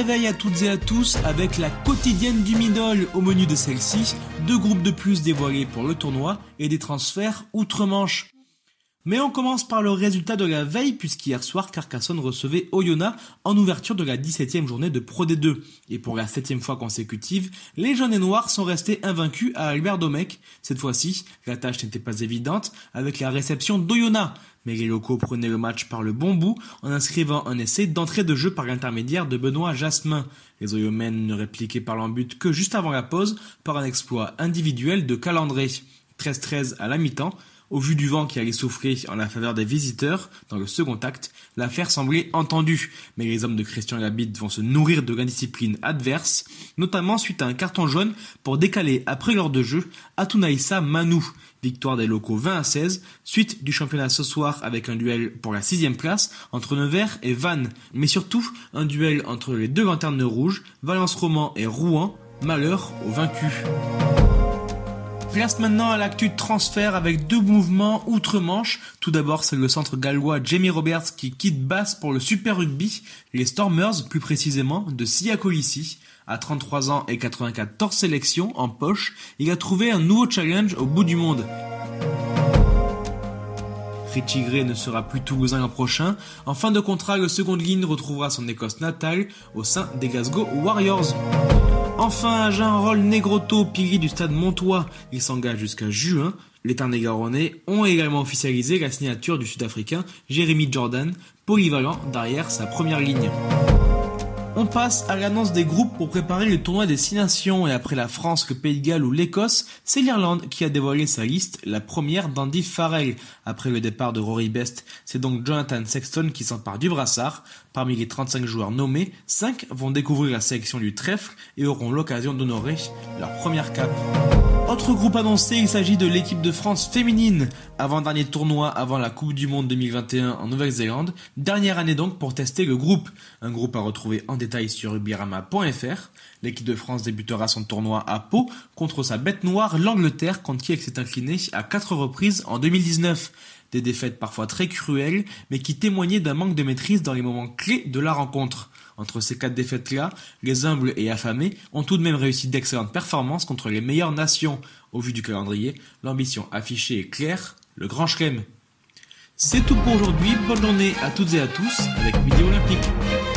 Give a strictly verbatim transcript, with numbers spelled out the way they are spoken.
réveil à toutes et à tous avec la quotidienne du Midol. Au menu de celle-ci, deux groupes de plus dévoilés pour le tournoi et des transferts outre-Manche. Mais on commence par le résultat de la veille puisqu'hier soir Carcassonne recevait Oyonnax en ouverture de la dix-septième journée de Pro D deux. Et pour la septième fois consécutive, les jaunes et noirs sont restés invaincus à Albert Domecq. Cette fois-ci, la tâche n'était pas évidente avec la réception d'Oyonnax. Mais les locaux prenaient le match par le bon bout en inscrivant un essai d'entrée de jeu par l'intermédiaire de Benoît Jasmin. Les Oyomènes ne répliquaient par leur but que juste avant la pause par un exploit individuel de Calandré. treize treize à la mi-temps. Au vu du vent qui allait souffler en la faveur des visiteurs, dans le second acte, l'affaire semblait entendue. Mais les hommes de Christian Labitte vont se nourrir de l'indiscipline adverse, notamment suite à un carton jaune pour décaler après l'heure de jeu Atunaïssa Manou. Victoire des locaux vingt à seize, suite du championnat ce soir avec un duel pour la sixième place entre Nevers et Vannes. Mais surtout, un duel entre les deux lanternes rouges, Valence Roman et Rouen, malheur aux vaincus. Place maintenant à l'actu de transfert avec deux mouvements outre-Manche. Tout d'abord, c'est le centre gallois Jamie Roberts qui quitte Basse pour le Super Rugby, les Stormers plus précisément de Siya Kolisi. À trente-trois ans et quatre-vingt-quatorze sélections en poche, il a trouvé un nouveau challenge au bout du monde. Richie Gray ne sera plus toulousain l'an prochain. En fin de contrat, le seconde ligne retrouvera son Écosse natale au sein des Glasgow Warriors. Enfin, Jean-Roll Negrotto, pilier du stade Montois, il s'engage jusqu'à juin. Les Tarn-et-Garonnais ont également officialisé la signature du Sud-Africain Jeremy Jordan, polyvalent derrière sa première ligne. On passe à l'annonce des groupes pour préparer le tournoi des Six Nations et après la France, le Pays de Galles ou l'Écosse, c'est l'Irlande qui a dévoilé sa liste, la première d'Andy Farrell. Après le départ de Rory Best, c'est donc Jonathan Sexton qui s'empare du brassard. Parmi les trente-cinq joueurs nommés, cinq vont découvrir la sélection du trèfle et auront l'occasion d'honorer leur première cape. Autre groupe annoncé, il s'agit de l'équipe de France féminine. Avant-dernier tournoi avant la Coupe du Monde deux mille vingt et un en Nouvelle-Zélande. Dernière année donc pour tester le groupe. Un groupe à retrouver en détail sur rugbyarama point f r. L'équipe de France débutera son tournoi à Pau contre sa bête noire, l'Angleterre, contre qui elle s'est inclinée à quatre reprises en deux mille dix-neuf. Des défaites parfois très cruelles, mais qui témoignaient d'un manque de maîtrise dans les moments clés de la rencontre. Entre ces quatre défaites-là, les humbles et affamés ont tout de même réussi d'excellentes performances contre les meilleures nations. Au vu du calendrier, l'ambition affichée est claire, le Grand Chelem. C'est tout pour aujourd'hui, bonne journée à toutes et à tous avec Midi Olympique.